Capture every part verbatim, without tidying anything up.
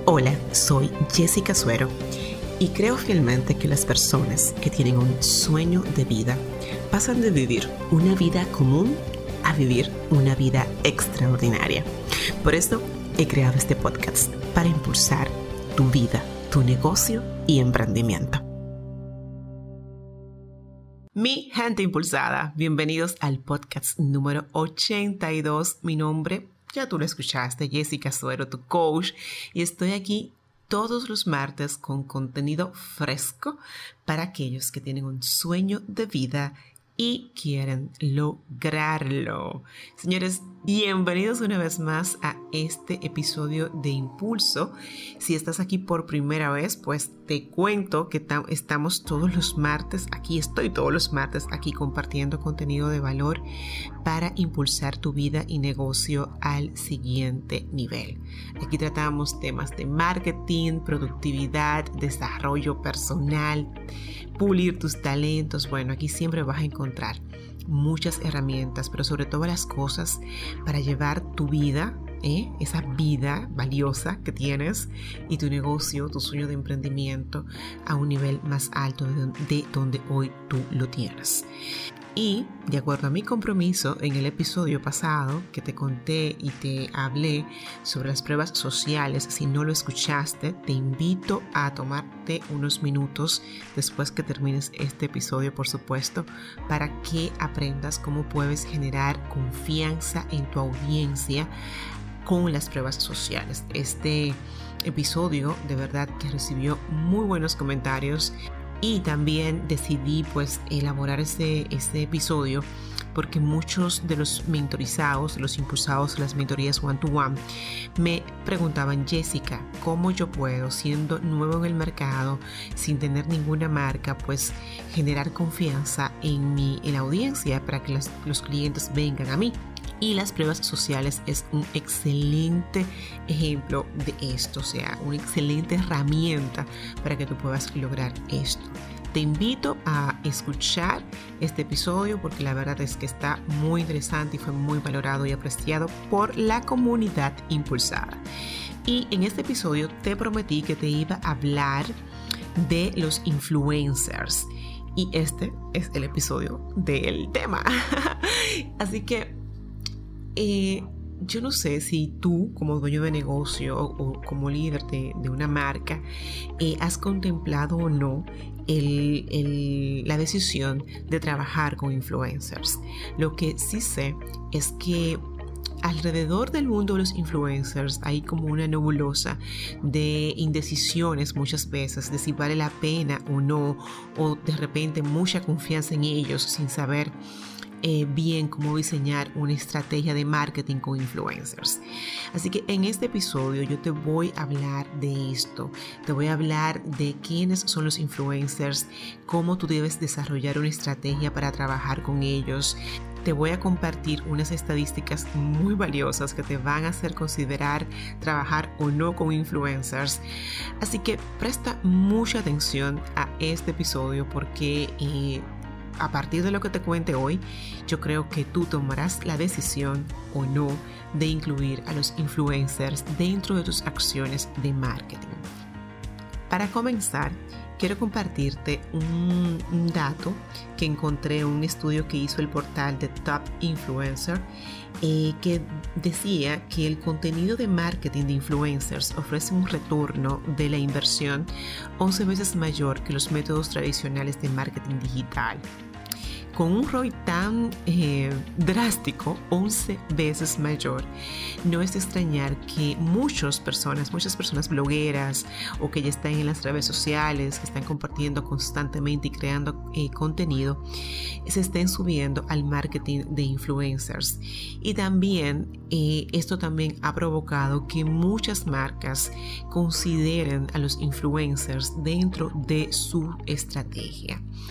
Hola, soy Jessica Suero y creo fielmente que las personas que tienen un sueño de vida pasan de vivir una vida común a vivir una vida extraordinaria. Por eso he creado este podcast para impulsar tu vida, tu negocio y emprendimiento. Mi gente impulsada, bienvenidos al podcast número ochenta y dos. Mi nombre, ya tú lo escuchaste, Jessica Suero, tu coach, y estoy aquí todos los martes con contenido fresco para aquellos que tienen un sueño de vida y quieren lograrlo. Señores, bienvenidos una vez más a este episodio de Impulso. Si estás aquí por primera vez, pues te cuento que tam- estamos todos los martes, aquí estoy todos los martes aquí compartiendo contenido de valor para impulsar tu vida y negocio al siguiente nivel. Aquí tratamos temas de marketing, productividad, desarrollo personal, pulir tus talentos. Bueno, aquí siempre vas a encontrar muchas herramientas, pero sobre todo las cosas para llevar tu vida, ¿eh? esa vida valiosa que tienes y tu negocio, tu sueño de emprendimiento a un nivel más alto de donde, de donde hoy tú lo tienes. Y de acuerdo a mi compromiso en el episodio pasado que te conté y te hablé sobre las pruebas sociales, si no lo escuchaste, te invito a tomarte unos minutos después que termines este episodio, por supuesto, para que aprendas cómo puedes generar confianza en tu audiencia con las pruebas sociales. Este episodio de verdad que recibió muy buenos comentarios. Y también decidí pues elaborar este, este episodio porque muchos de los mentorizados, los impulsados, las mentorías one-to-one, me preguntaban: Jessica, ¿cómo yo puedo, siendo nuevo en el mercado, sin tener ninguna marca, pues generar confianza en, mi, en la audiencia para que las, los clientes vengan a mí? Y las pruebas sociales es un excelente ejemplo de esto, o sea, una excelente herramienta para que tú puedas lograr esto. Te invito a escuchar este episodio porque la verdad es que está muy interesante y fue muy valorado y apreciado por la comunidad impulsada. Y en este episodio te prometí que te iba a hablar de los influencers y este es el episodio del tema. Así que Eh, yo no sé si tú como dueño de negocio o, o como líder de, de una marca eh, has contemplado o no el, el, la decisión de trabajar con influencers. Lo que sí sé es que alrededor del mundo de los influencers hay como una nebulosa de indecisiones muchas veces de si vale la pena o no, o de repente mucha confianza en ellos sin saber Eh, bien cómo diseñar una estrategia de marketing con influencers. Así que en este episodio yo te voy a hablar de esto, te voy a hablar de quiénes son los influencers, cómo tú debes desarrollar una estrategia para trabajar con ellos. Te voy a compartir unas estadísticas muy valiosas que te van a hacer considerar trabajar o no con influencers. Así que presta mucha atención a este episodio porque eh, a partir de lo que te cuente hoy, yo creo que tú tomarás la decisión o no de incluir a los influencers dentro de tus acciones de marketing. Para comenzar, quiero compartirte un, un dato que encontré en un estudio que hizo el portal de Top Influencer, eh, que decía que el contenido de marketing de influencers ofrece un retorno de la inversión once veces mayor que los métodos tradicionales de marketing digital. Con un R O I tan eh, drástico, once veces mayor, no es de extrañar que muchas personas, muchas personas blogueras o que ya están en las redes sociales, que están compartiendo constantemente y creando eh, contenido, se estén subiendo al marketing de influencers. Y también eh, esto también ha provocado que muchas marcas consideren a los influencers dentro de su estrategia.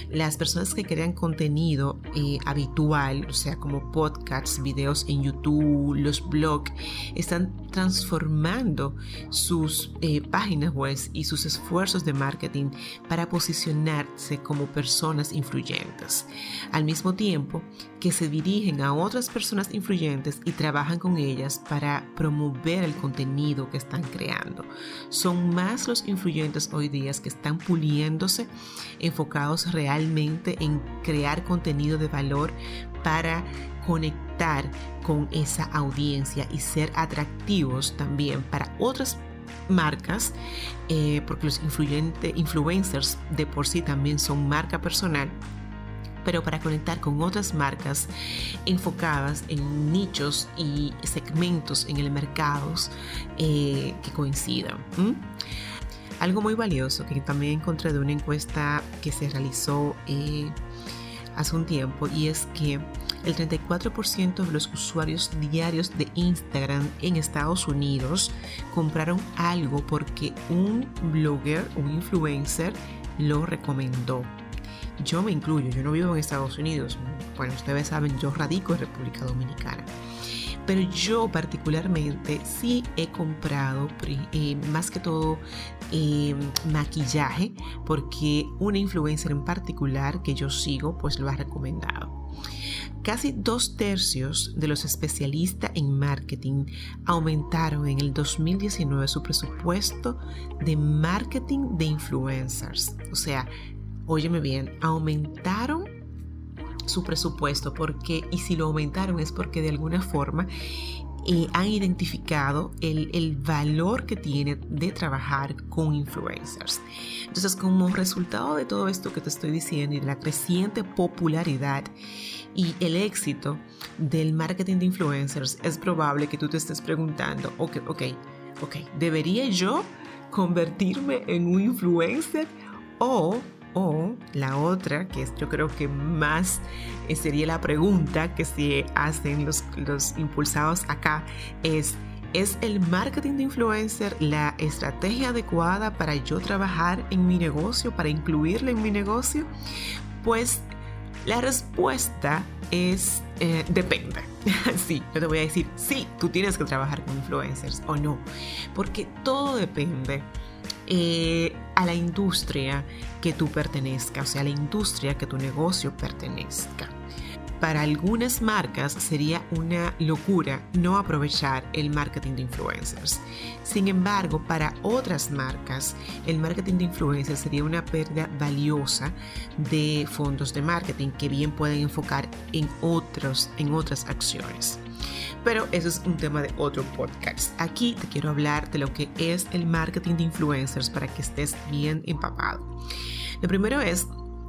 Las personas que crean contenido eh, habitual, o sea, como podcasts, videos en YouTube, los blogs, están transformando sus eh, páginas web y sus esfuerzos de marketing para posicionarse como personas influyentes, al mismo tiempo que se dirigen a otras personas influyentes y trabajan con ellas para promover el contenido que están creando. Son más los influyentes hoy día que están puliéndose, enfocados realmente en crear contenido de valor para conectar con esa audiencia y ser atractivos también para otras marcas, eh, porque los influyentes, influencers de por sí también son marca personal, pero para conectar con otras marcas enfocadas en nichos y segmentos en el mercado eh, que coincidan. ¿Mm? Algo muy valioso que también encontré de una encuesta que se realizó eh, hace un tiempo, y es que el treinta y cuatro por ciento de los usuarios diarios de Instagram en Estados Unidos compraron algo porque un blogger, un influencer, lo recomendó. Yo me incluyo, yo no vivo en Estados Unidos. Bueno, ustedes saben, yo radico en República Dominicana. Pero yo particularmente sí he comprado eh, más que todo eh, maquillaje, porque una influencer en particular que yo sigo pues lo ha recomendado. Casi dos tercios de los especialistas en marketing aumentaron en el dos mil diecinueve su presupuesto de marketing de influencers. O sea, óyeme bien, aumentaron su presupuesto, porque, y si lo aumentaron es porque de alguna forma eh, han identificado el, el valor que tiene de trabajar con influencers. Entonces, como resultado de todo esto que te estoy diciendo y de la creciente popularidad y el éxito del marketing de influencers, es probable que tú te estés preguntando, ok, ok, ok, ¿debería yo convertirme en un influencer? O O la otra, que es, yo creo que más eh, sería la pregunta que se hacen los, los impulsados acá, es, ¿es el marketing de influencer la estrategia adecuada para yo trabajar en mi negocio, para incluirla en mi negocio? Pues la respuesta es eh, depende. Sí, yo te voy a decir, sí, tú tienes que trabajar con influencers o no, porque todo depende Eh, a la industria que tú pertenezcas, o sea, a la industria que tu negocio pertenezca. Para algunas marcas sería una locura no aprovechar el marketing de influencers. Sin embargo, para otras marcas, el marketing de influencers sería una pérdida valiosa de fondos de marketing que bien pueden enfocar en, otros, en otras acciones. Pero eso es un tema de otro podcast. Aquí te quiero hablar de lo que es el marketing de influencers para que estés bien empapado. Lo primero es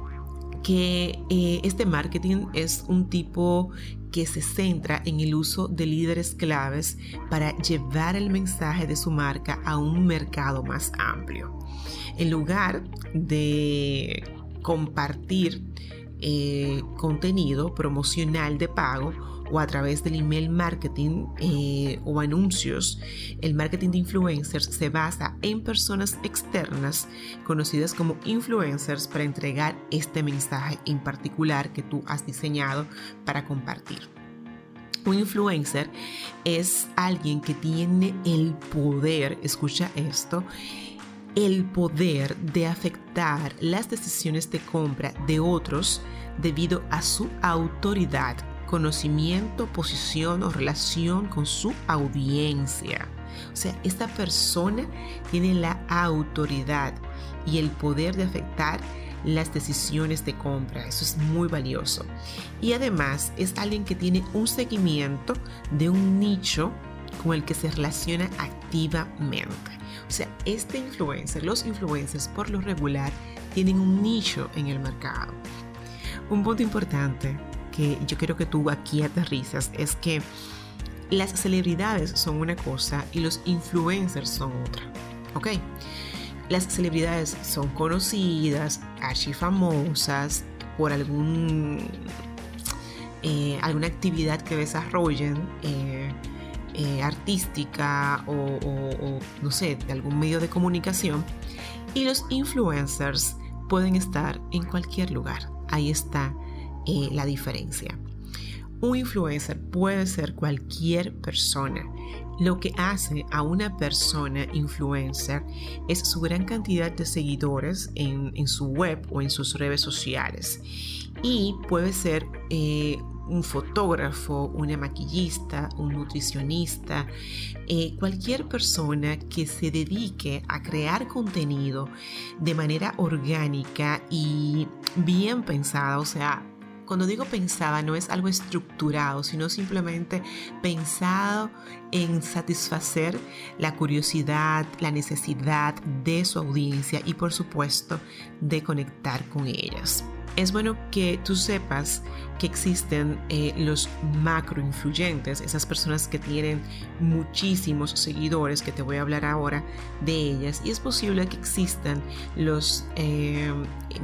que eh, este marketing es un tipo que se centra en el uso de líderes claves para llevar el mensaje de su marca a un mercado más amplio. En lugar de compartir eh, contenido promocional de pago o a través del email marketing eh, o anuncios, el marketing de influencers se basa en personas externas conocidas como influencers para entregar este mensaje en particular que tú has diseñado para compartir. Un influencer es alguien que tiene el poder, escucha esto, el poder de afectar las decisiones de compra de otros debido a su autoridad, conocimiento, posición o relación con su audiencia. O sea, esta persona tiene la autoridad y el poder de afectar las decisiones de compra. Eso es muy valioso. Y además es alguien que tiene un seguimiento de un nicho con el que se relaciona activamente. O sea, este influencer, los influencers por lo regular tienen un nicho en el mercado. Un punto importante que yo quiero que tú aquí aterrizas es que las celebridades son una cosa y los influencers son otra, ¿ok? Las celebridades son conocidas, archifamosas por algún, eh, alguna actividad que desarrollen eh, eh, artística o, o, o, no sé, de algún medio de comunicación. Y los influencers pueden estar en cualquier lugar. Ahí está eh, la diferencia. Un influencer puede ser cualquier persona. Lo que hace a una persona influencer es su gran cantidad de seguidores en, en su web o en sus redes sociales. Y puede ser eh, un fotógrafo, una maquillista, un nutricionista, eh, cualquier persona que se dedique a crear contenido de manera orgánica y bien pensada. O sea, cuando digo pensada, no es algo estructurado, sino simplemente pensado en satisfacer la curiosidad, la necesidad de su audiencia y, por supuesto, de conectar con ellas. Es bueno que tú sepas que existen eh, los macroinfluyentes, esas personas que tienen muchísimos seguidores, que te voy a hablar ahora de ellas, y es posible que existan los eh,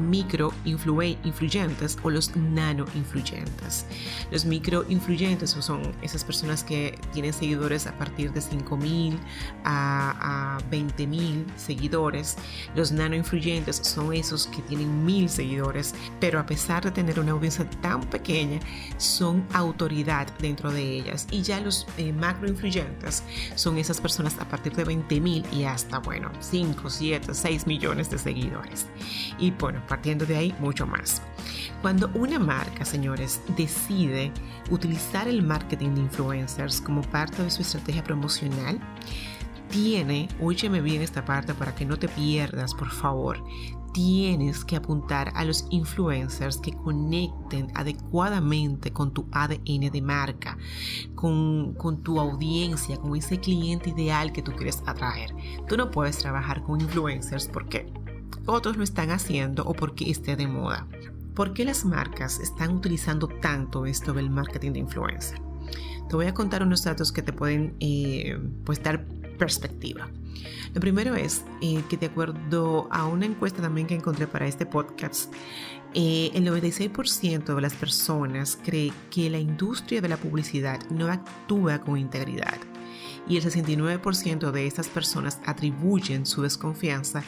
microinfluyentes o los nanoinfluyentes. Los microinfluyentes son esas personas que tienen seguidores a partir de cinco mil a, a veinte mil seguidores. Los nanoinfluyentes son esos que tienen mil seguidores, pero a pesar de tener una audiencia tan pequeña, son autoridad dentro de ellas. Y ya los eh, macroinfluyentes son esas personas a partir de veinte mil y hasta, bueno, cinco, siete, seis millones de seguidores. Y bueno, partiendo de ahí, mucho más. Cuando una marca, señores, decide utilizar el marketing de influencers como parte de su estrategia promocional, tiene, óyeme bien esta parte para que no te pierdas, por favor, tienes que apuntar a los influencers que conecten adecuadamente con tu A D N de marca, con, con tu audiencia, con ese cliente ideal que tú quieres atraer. Tú no puedes trabajar con influencers porque otros lo están haciendo o porque esté de moda. ¿Por qué las marcas están utilizando tanto esto del marketing de influencer? Te voy a contar unos datos que te pueden eh, pues dar perspectiva. Lo primero es eh, que, de acuerdo a una encuesta también que encontré para este podcast, eh, el noventa y seis por ciento de las personas cree que la industria de la publicidad no actúa con integridad, y el sesenta y nueve por ciento de estas personas atribuyen su desconfianza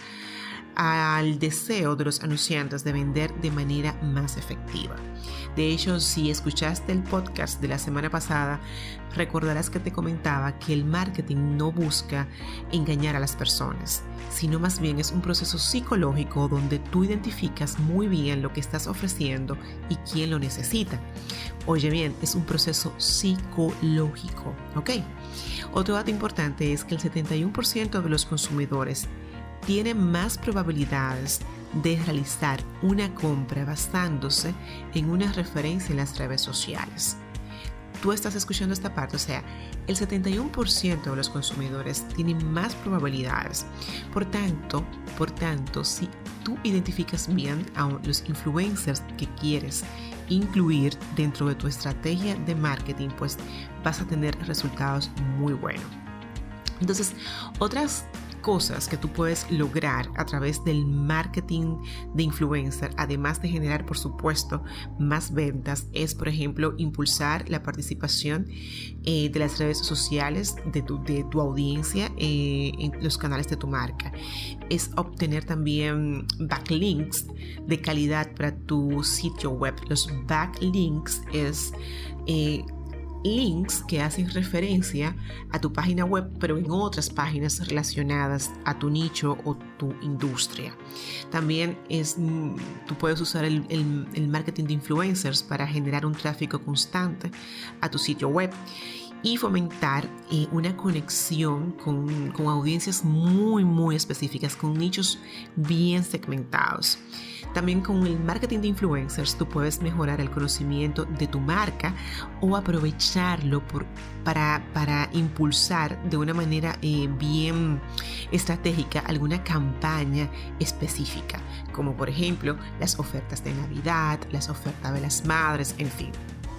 al deseo de los anunciantes de vender de manera más efectiva. De hecho, si escuchaste el podcast de la semana pasada, recordarás que te comentaba que el marketing no busca engañar a las personas, sino más bien es un proceso psicológico donde tú identificas muy bien lo que estás ofreciendo y quién lo necesita. Oye bien, es un proceso psicológico, ¿ok? Otro dato importante es que el setenta y uno por ciento de los consumidores tiene más probabilidades de realizar una compra basándose en una referencia en las redes sociales. Tú estás escuchando esta parte, o sea, el setenta y uno por ciento de los consumidores tienen más probabilidades. Por tanto, por tanto, si tú identificas bien a los influencers que quieres incluir dentro de tu estrategia de marketing, pues vas a tener resultados muy buenos. Entonces, otras cosas que tú puedes lograr a través del marketing de influencer, además de generar, por supuesto, más ventas, es, por ejemplo, impulsar la participación eh, de las redes sociales de tu, de tu audiencia eh, en los canales de tu marca. Es obtener también backlinks de calidad para tu sitio web. Los backlinks es eh, links que hacen referencia a tu página web, pero en otras páginas relacionadas a tu nicho o tu industria. También es, tú puedes usar el, el, el marketing de influencers para generar un tráfico constante a tu sitio web y fomentar eh, una conexión con, con audiencias muy, muy específicas, con nichos bien segmentados. También con el marketing de influencers tú puedes mejorar el conocimiento de tu marca o aprovecharlo por, para, para impulsar de una manera eh, bien estratégica alguna campaña específica, como por ejemplo las ofertas de Navidad, las ofertas de las madres, en fin.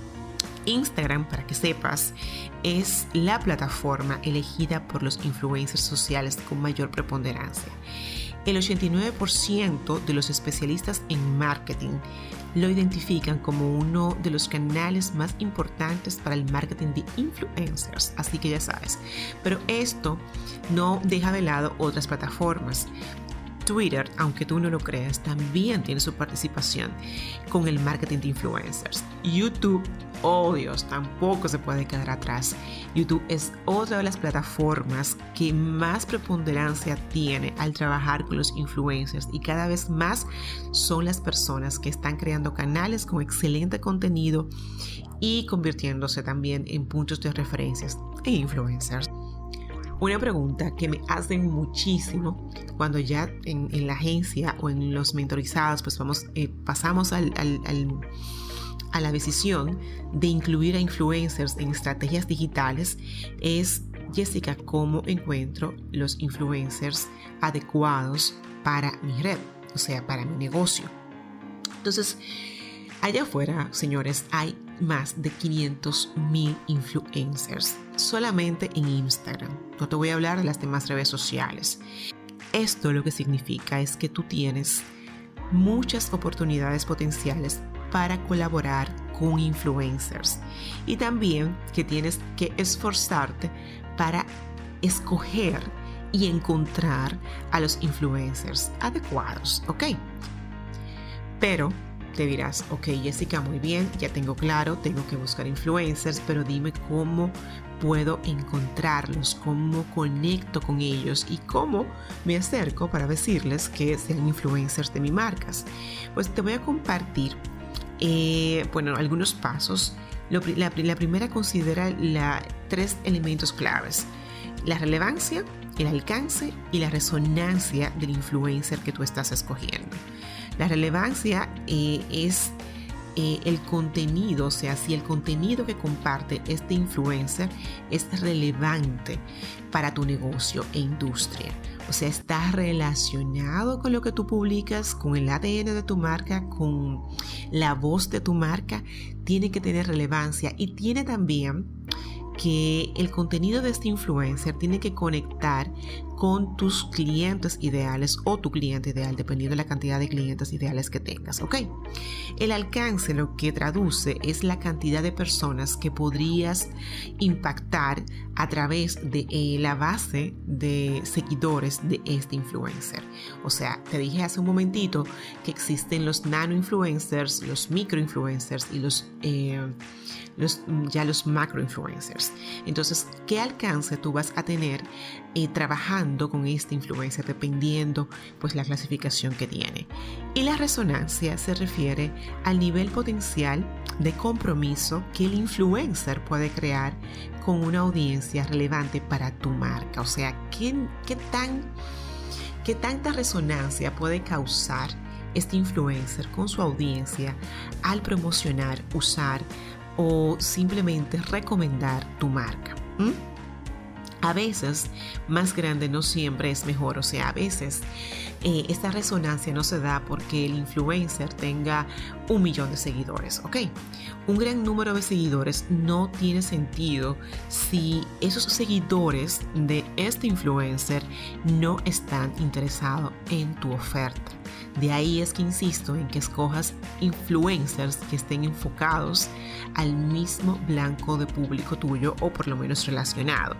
Instagram, para que sepas, es la plataforma elegida por los influencers sociales con mayor preponderancia. El ochenta y nueve por ciento de los especialistas en marketing lo identifican como uno de los canales más importantes para el marketing de influencers, así que ya sabes. Pero esto no deja de lado otras plataformas. Twitter, aunque tú no lo creas, también tiene su participación con el marketing de influencers. YouTube, oh Dios, tampoco se puede quedar atrás. YouTube es otra de las plataformas que más preponderancia tiene al trabajar con los influencers, y cada vez más son las personas que están creando canales con excelente contenido y convirtiéndose también en puntos de referencias e influencers. Una pregunta que me hacen muchísimo cuando ya en, en la agencia o en los mentorizados pues vamos, eh, pasamos al, al, al, a la decisión de incluir a influencers en estrategias digitales es: Jessica, ¿cómo encuentro los influencers adecuados para mi red? O sea, para mi negocio. Entonces, allá afuera, señores, hay más de quinientos mil influencers solamente en Instagram. No te voy a hablar de las demás redes sociales. Esto lo que significa es que tú tienes muchas oportunidades potenciales para colaborar con influencers, y también que tienes que esforzarte para escoger y encontrar a los influencers adecuados, ¿ok? Pero te dirás, ok, Jessica, muy bien, ya tengo claro, tengo que buscar influencers, pero dime cómo puedo encontrarlos, cómo conecto con ellos y cómo me acerco para decirles que sean influencers de mis marcas. Pues te voy a compartir, eh, bueno, algunos pasos. Lo, la, la primera considera la, tres elementos claves: la relevancia, el alcance y la resonancia del influencer que tú estás escogiendo. La relevancia eh, es eh, el contenido, o sea, si el contenido que comparte este influencer es relevante para tu negocio e industria. O sea, está relacionado con lo que tú publicas, con el A D N de tu marca, con la voz de tu marca, tiene que tener relevancia, y tiene también que el contenido de este influencer tiene que conectar con tus clientes ideales o tu cliente ideal, dependiendo de la cantidad de clientes ideales que tengas, ¿ok? El alcance lo que traduce es la cantidad de personas que podrías impactar a través de eh, la base de seguidores de este influencer. O sea, te dije hace un momentito que existen los nano influencers, los micro influencers y los, eh, los ya los macro influencers. Entonces, ¿qué alcance tú vas a tener eh, trabajando con este influencer, dependiendo pues la clasificación que tiene? Y la resonancia se refiere al nivel potencial de compromiso que el influencer puede crear con una audiencia relevante para tu marca. O sea, ¿qué, qué, tan, qué tanta resonancia puede causar este influencer con su audiencia al promocionar, usar o simplemente recomendar tu marca? ¿Mm? A veces más grande no siempre es mejor. O sea, a veces eh, esta resonancia no se da porque el influencer tenga un millón de seguidores, ¿ok? Un gran número de seguidores no tiene sentido si esos seguidores de este influencer no están interesados en tu oferta. De ahí es que insisto en que escojas influencers que estén enfocados al mismo blanco de público tuyo, o por lo menos relacionado.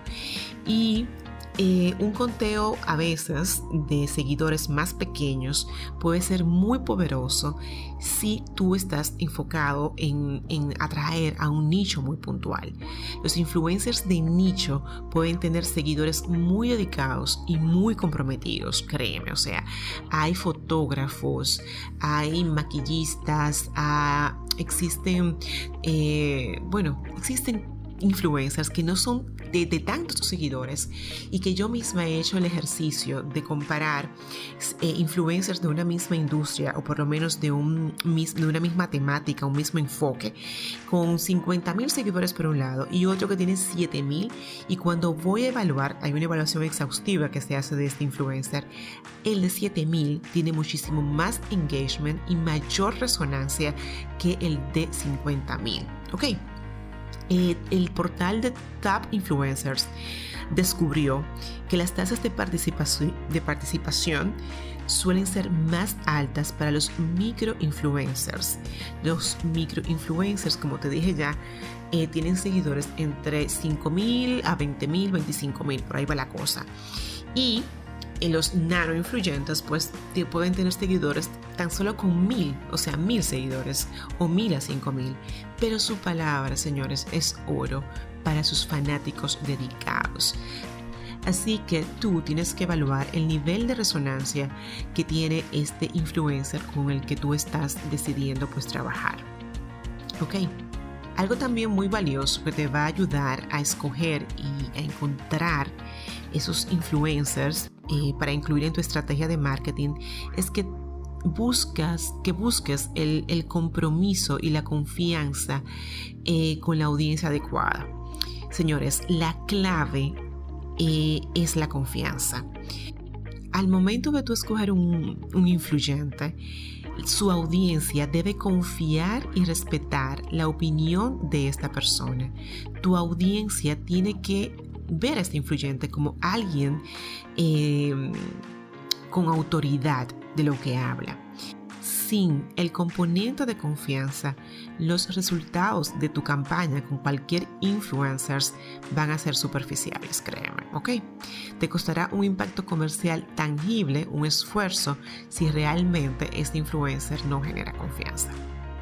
Y eh, un conteo a veces de seguidores más pequeños puede ser muy poderoso si tú estás enfocado en, en atraer a un nicho muy puntual. Los influencers de nicho pueden tener seguidores muy dedicados y muy comprometidos, créeme. O sea, hay fotógrafos, hay maquillistas, ah, existen, eh, bueno, existen influencers que no son de, de tantos seguidores, y que yo misma he hecho el ejercicio de comparar eh, influencers de una misma industria, o por lo menos de, un, de una misma temática, un mismo enfoque, con cincuenta mil seguidores por un lado y otro que tiene siete mil, y cuando voy a evaluar, hay una evaluación exhaustiva que se hace de este influencer, el de siete mil tiene muchísimo más engagement y mayor resonancia que el de cincuenta mil, ¿ok? Eh, el portal de Top Influencers descubrió que las tasas de participación, de participación suelen ser más altas para los microinfluencers. Los microinfluencers, como te dije ya, eh, tienen seguidores entre cinco mil a veinte mil, veinticinco mil, por ahí va la cosa. Y en los nano influyentes, pues te pueden tener seguidores tan solo con mil, o sea, mil seguidores o mil a cinco mil. Pero su palabra, señores, es oro para sus fanáticos dedicados. Así que tú tienes que evaluar el nivel de resonancia que tiene este influencer con el que tú estás decidiendo pues trabajar. Ok. Algo también muy valioso que te va a ayudar a escoger y a encontrar esos influencers eh, para incluir en tu estrategia de marketing es que buscas, que busques el, el compromiso y la confianza eh, con la audiencia adecuada. Señores, la clave eh, es la confianza. Al momento de tú escoger un, un influyente, su audiencia debe confiar y respetar la opinión de esta persona. Tu audiencia tiene que ver a este influyente como alguien eh, con autoridad de lo que habla. Sin el componente de confianza, los resultados de tu campaña con cualquier influencer van a ser superficiales, créeme, ¿ok? Te costará un impacto comercial tangible, un esfuerzo, si realmente este influencer no genera confianza.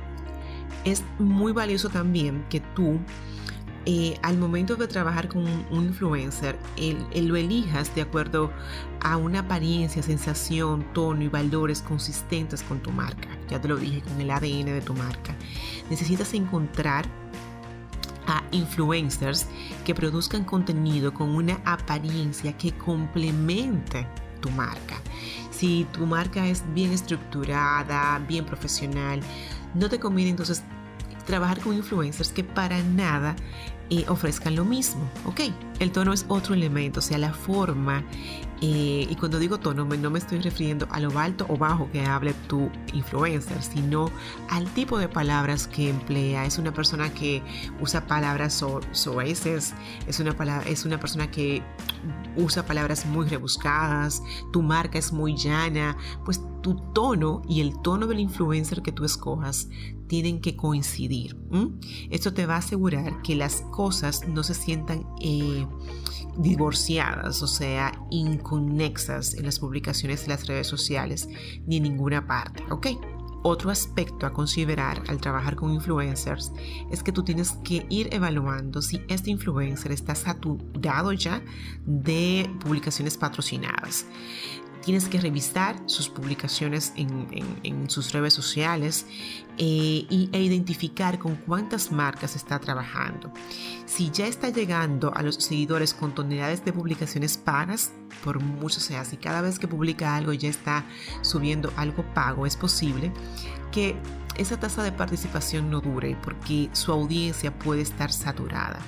Es muy valioso también que tú, Eh, al momento de trabajar con un, un influencer, el, el lo elijas de acuerdo a una apariencia, sensación, tono y valores consistentes con tu marca. Ya te lo dije, con el A D N de tu marca. Necesitas encontrar a influencers que produzcan contenido con una apariencia que complemente tu marca. Si tu marca es bien estructurada, bien profesional, no te conviene entonces trabajar con influencers que para nada eh, ofrezcan lo mismo, ¿ok? El tono es otro elemento, o sea, la forma, eh, y cuando digo tono me, no me estoy refiriendo a lo alto o bajo que hable tu influencer, sino al tipo de palabras que emplea. Es una persona que usa palabras so, soeces, es una, palabra, es una persona que usa palabras muy rebuscadas, tu marca es muy llana, pues tu tono y el tono del influencer que tú escojas tienen que coincidir. ¿Mm? Esto te va a asegurar que las cosas no se sientan eh, divorciadas, o sea, inconexas en las publicaciones de las redes sociales ni en ninguna parte, ¿ok? Otro aspecto a considerar al trabajar con influencers es que tú tienes que ir evaluando si este influencer está saturado ya de publicaciones patrocinadas. Tienes que revisar sus publicaciones en, en, en sus redes sociales eh, y, e identificar con cuántas marcas está trabajando. Si ya está llegando a los seguidores con tonelades de publicaciones pagas, por mucho sea, si cada vez que publica algo ya está subiendo algo pago, es posible que esa tasa de participación no dure porque su audiencia puede estar saturada.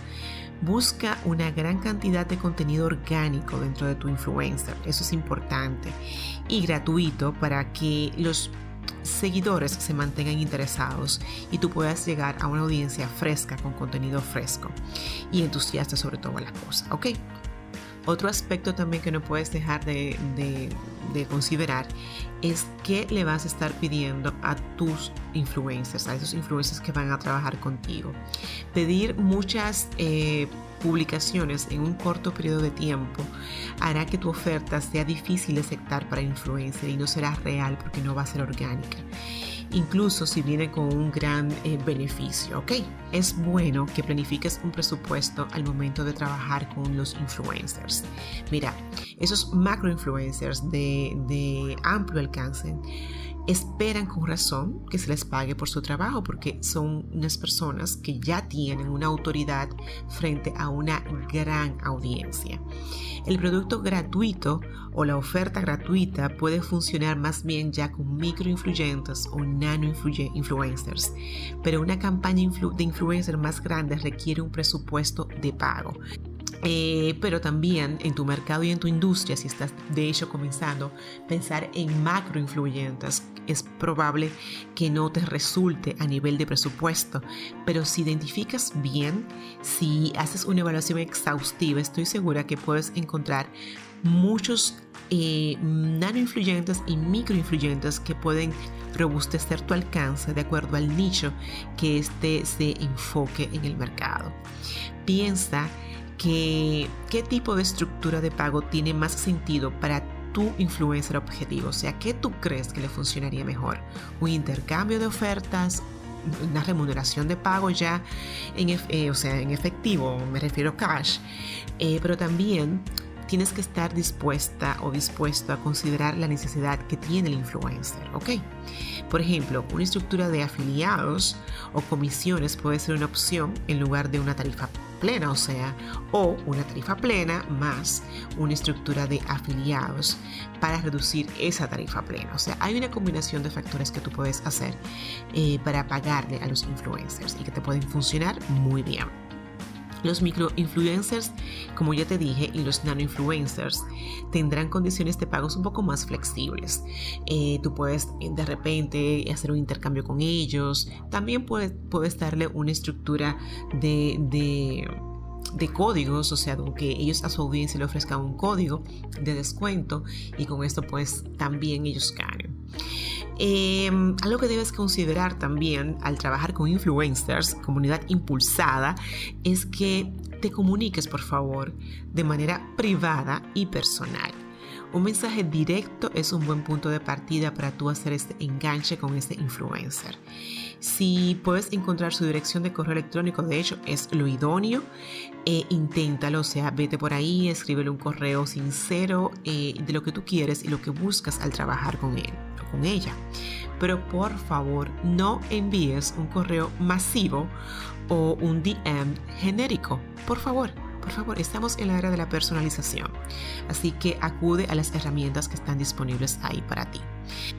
Busca una gran cantidad de contenido orgánico dentro de tu influencer, eso es importante, y gratuito para que los seguidores se mantengan interesados y tú puedas llegar a una audiencia fresca con contenido fresco y entusiasta sobre todas las cosas, ¿ok? Otro aspecto también que no puedes dejar de, de, de considerar es qué le vas a estar pidiendo a tus influencers, a esos influencers que van a trabajar contigo. Pedir muchas eh, publicaciones en un corto periodo de tiempo hará que tu oferta sea difícil de aceptar para el influencer y no será real porque no va a ser orgánica. Incluso si viene con un gran eh, beneficio, ¿ok? Es bueno que planifiques un presupuesto al momento de trabajar con los influencers. Mira, esos macro influencers de, de amplio alcance esperan con razón que se les pague por su trabajo porque son unas personas que ya tienen una autoridad frente a una gran audiencia. El producto gratuito o la oferta gratuita puede funcionar más bien ya con microinfluyentes o nano-influencers, pero una campaña influ- de influencer más grande requiere un presupuesto de pago. Eh, pero también en tu mercado y en tu industria, si estás de hecho comenzando a pensar en macroinfluyentes, es probable que no te resulte a nivel de presupuesto, pero si identificas bien, si haces una evaluación exhaustiva, estoy segura que puedes encontrar muchos eh, nanoinfluyentes y microinfluyentes que pueden robustecer tu alcance de acuerdo al nicho que este se enfoque en el mercado. Piensa que qué tipo de estructura de pago tiene más sentido para tu influencer objetivo, o sea, ¿qué tú crees que le funcionaría mejor? ¿Un intercambio de ofertas? ¿Una remuneración de pago ya en, eh, o sea, en efectivo? Me refiero a cash, eh, pero también tienes que estar dispuesta o dispuesto a considerar la necesidad que tiene el influencer, ¿ok? Por ejemplo, una estructura de afiliados o comisiones puede ser una opción en lugar de una tarifa plena, o sea, o una tarifa plena más una estructura de afiliados para reducir esa tarifa plena. O sea, hay una combinación de factores que tú puedes hacer eh, para pagarle a los influencers y que te pueden funcionar muy bien. Los microinfluencers, como ya te dije, y los nanoinfluencers tendrán condiciones de pagos un poco más flexibles. Eh, tú puedes de repente hacer un intercambio con ellos. También puedes, puedes darle una estructura de, de, de códigos, o sea, que ellos a su audiencia le ofrezcan un código de descuento y con esto pues también ellos ganan. Eh, algo que debes considerar también al trabajar con influencers, comunidad impulsada, es que te comuniques, por favor, de manera privada y personal. Un mensaje directo es un buen punto de partida para tú hacer este enganche con este influencer. Si puedes encontrar su dirección de correo electrónico, de hecho es lo idóneo, eh, inténtalo, o sea, vete por ahí, escríbele un correo sincero eh, de lo que tú quieres y lo que buscas al trabajar con él o con ella. Pero por favor, no envíes un correo masivo o un D M genérico, por favor. Por favor, estamos en la era de la personalización, así que acude a las herramientas que están disponibles ahí para ti.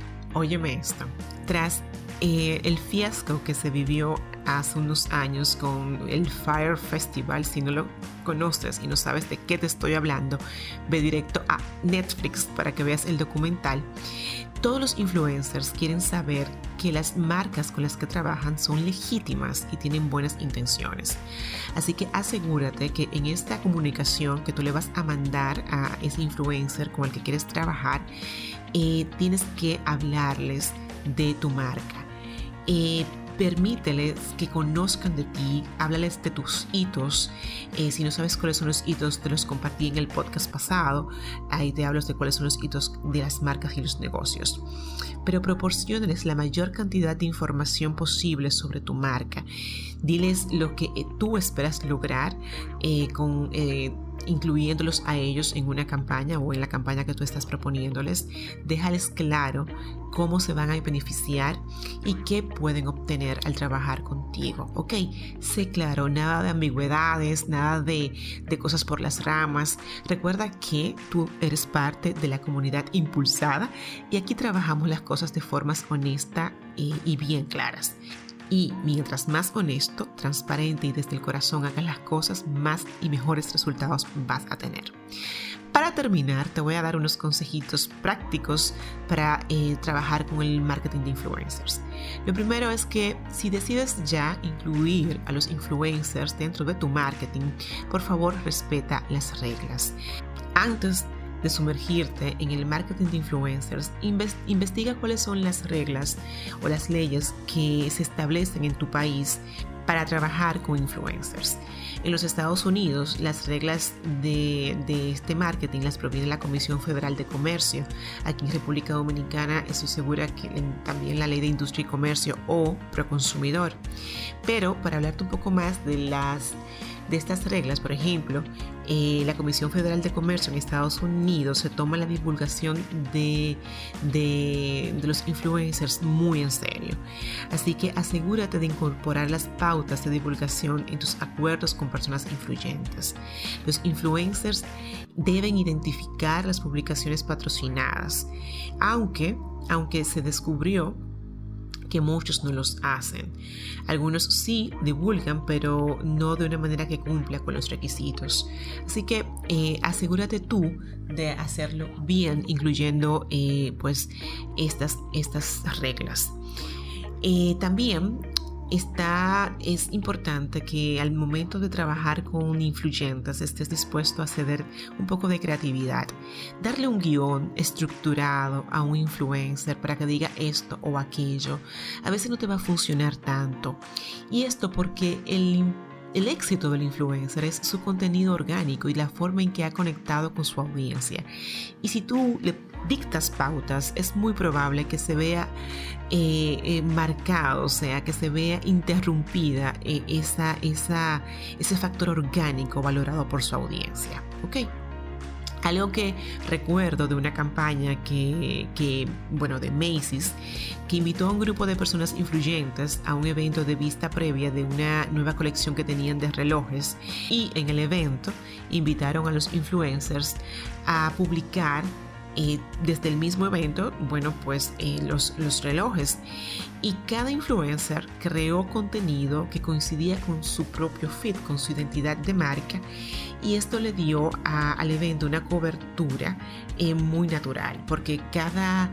Óyeme esto, tras eh, el fiasco que se vivió hace unos años con el Fyre Festival, si no lo conoces y no sabes de qué te estoy hablando, ve directo a Netflix para que veas el documental. Todos los influencers quieren saber que las marcas con las que trabajan son legítimas y tienen buenas intenciones. Así que asegúrate que en esta comunicación que tú le vas a mandar a ese influencer con el que quieres trabajar, eh, tienes que hablarles de tu marca. Eh, Permíteles que conozcan de ti, háblales de tus hitos. Eh, si no sabes cuáles son los hitos, te los compartí en el podcast pasado. Ahí te hablo de cuáles son los hitos de las marcas y los negocios. Pero proporciónales la mayor cantidad de información posible sobre tu marca. Diles lo que eh, tú esperas lograr eh, con... Eh, incluyéndolos a ellos en una campaña o en la campaña que tú estás proponiéndoles. Déjales claro cómo se van a beneficiar y qué pueden obtener al trabajar contigo, ¿ok? Sé claro, nada de ambigüedades, nada de, de cosas por las ramas. Recuerda que tú eres parte de la comunidad impulsada y aquí trabajamos las cosas de formas honestas y, y bien claras. Y mientras más honesto, transparente y desde el corazón hagas las cosas, más y mejores resultados vas a tener. Para terminar, te voy a dar unos consejitos prácticos para eh, trabajar con el marketing de influencers. Lo primero es que si decides ya incluir a los influencers dentro de tu marketing, por favor respeta las reglas. Antes de sumergirte en el marketing de influencers, investiga cuáles son las reglas o las leyes que se establecen en tu país para trabajar con influencers. En los Estados Unidos, las reglas de, de este marketing las proviene la Comisión Federal de Comercio. Aquí en República Dominicana estoy segura que también la Ley de Industria y Comercio o Proconsumidor. Pero para hablarte un poco más de las de estas reglas, por ejemplo, eh, la Comisión Federal de Comercio en Estados Unidos se toma la divulgación de, de, de los influencers muy en serio. Así que asegúrate de incorporar las pautas de divulgación en tus acuerdos con personas influyentes. Los influencers deben identificar las publicaciones patrocinadas, aunque, aunque se descubrió que muchos no los hacen. Algunos sí divulgan, pero no de una manera que cumpla con los requisitos. Así que eh, asegúrate tú de hacerlo bien, incluyendo eh, pues estas, estas reglas. Eh, también Está, es importante que al momento de trabajar con influyentes estés dispuesto a ceder un poco de creatividad. Darle un guión estructurado a un influencer para que diga esto o aquello, a veces no te va a funcionar tanto. Y esto porque el el éxito del influencer es su contenido orgánico y la forma en que ha conectado con su audiencia. Y si tú le dictas pautas, es muy probable que se vea eh, eh, marcado, o sea, que se vea interrumpida eh, esa, esa, ese factor orgánico valorado por su audiencia. ¿Ok? Algo que recuerdo de una campaña que, que, bueno, de Macy's, que invitó a un grupo de personas influyentes a un evento de vista previa de una nueva colección que tenían de relojes, y en el evento invitaron a los influencers a publicar Eh, desde el mismo evento, bueno, pues eh, los, los relojes, y cada influencer creó contenido que coincidía con su propio feed, con su identidad de marca, y esto le dio a, al evento una cobertura eh, muy natural, porque cada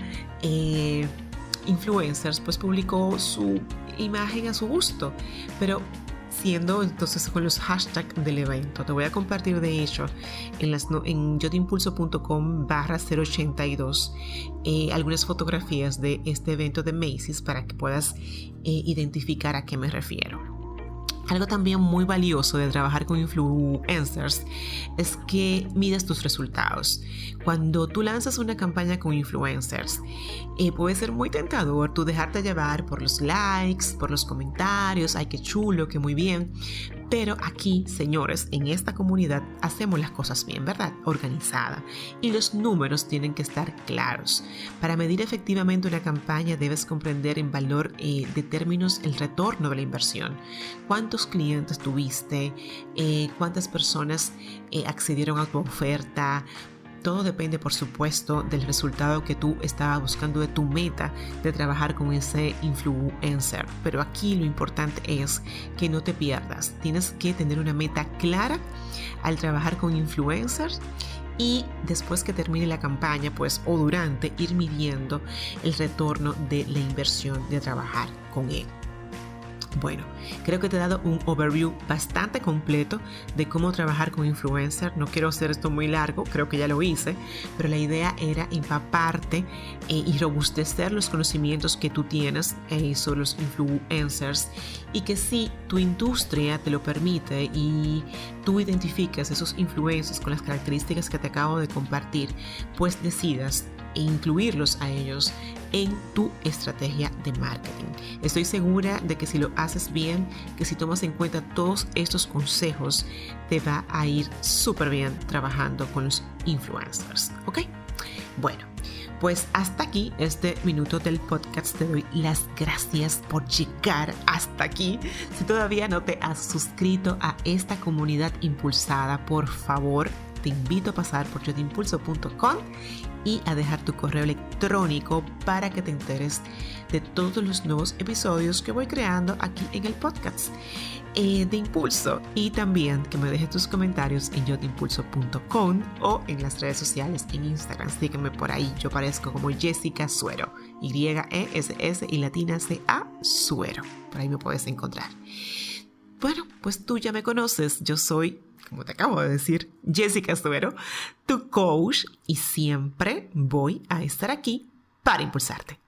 eh, influencer pues publicó su imagen a su gusto, pero siendo entonces con los hashtags del evento. Te voy a compartir de hecho en, las, en yotimpulso.com barra cero ochenta y dos eh, algunas fotografías de este evento de Macy's para que puedas eh, identificar a qué me refiero. Algo también muy valioso de trabajar con influencers es que mides tus resultados. Cuando tú lanzas una campaña con influencers, eh, puede ser muy tentador tú dejarte llevar por los likes, por los comentarios, ay qué chulo, qué muy bien. Pero aquí, señores, en esta comunidad hacemos las cosas bien, ¿verdad? Organizada. Y los números tienen que estar claros. Para medir efectivamente una campaña debes comprender en valor eh, de términos el retorno de la inversión. ¿Cuántos clientes tuviste? Eh, ¿Cuántas personas eh, accedieron a tu oferta? Todo depende, por supuesto, del resultado que tú estabas buscando, de tu meta de trabajar con ese influencer. Pero aquí lo importante es que no te pierdas. Tienes que tener una meta clara al trabajar con influencers, y después que termine la campaña, pues, o durante, ir midiendo el retorno de la inversión de trabajar con él. Bueno, creo que te he dado un overview bastante completo de cómo trabajar con influencers. No quiero hacer esto muy largo, creo que ya lo hice, pero la idea era empaparte eh, y robustecer los conocimientos que tú tienes eh, sobre los influencers, y que si tu industria te lo permite y tú identificas esos influencers con las características que te acabo de compartir, pues decidas e incluirlos a ellos en tu estrategia de marketing. Estoy segura de que si lo haces bien, que si tomas en cuenta todos estos consejos, te va a ir súper bien trabajando con los influencers, ¿ok? Bueno, pues hasta aquí este minuto del podcast. Te doy las gracias por llegar hasta aquí. Si todavía no te has suscrito a esta comunidad impulsada, por favor, te invito a pasar por yotimpulso punto com y a dejar tu correo electrónico para que te enteres de todos los nuevos episodios que voy creando aquí en el podcast eh, de Impulso, y también que me dejes tus comentarios en yotimpulso punto com o en las redes sociales, en Instagram. Sígueme por ahí, yo aparezco como Jessica Suero, Y E S S y latina C A Suero. Por ahí me puedes encontrar. Bueno, pues tú ya me conoces, yo soy, como te acabo de decir, Jessica Suero, tu coach, y siempre voy a estar aquí para impulsarte.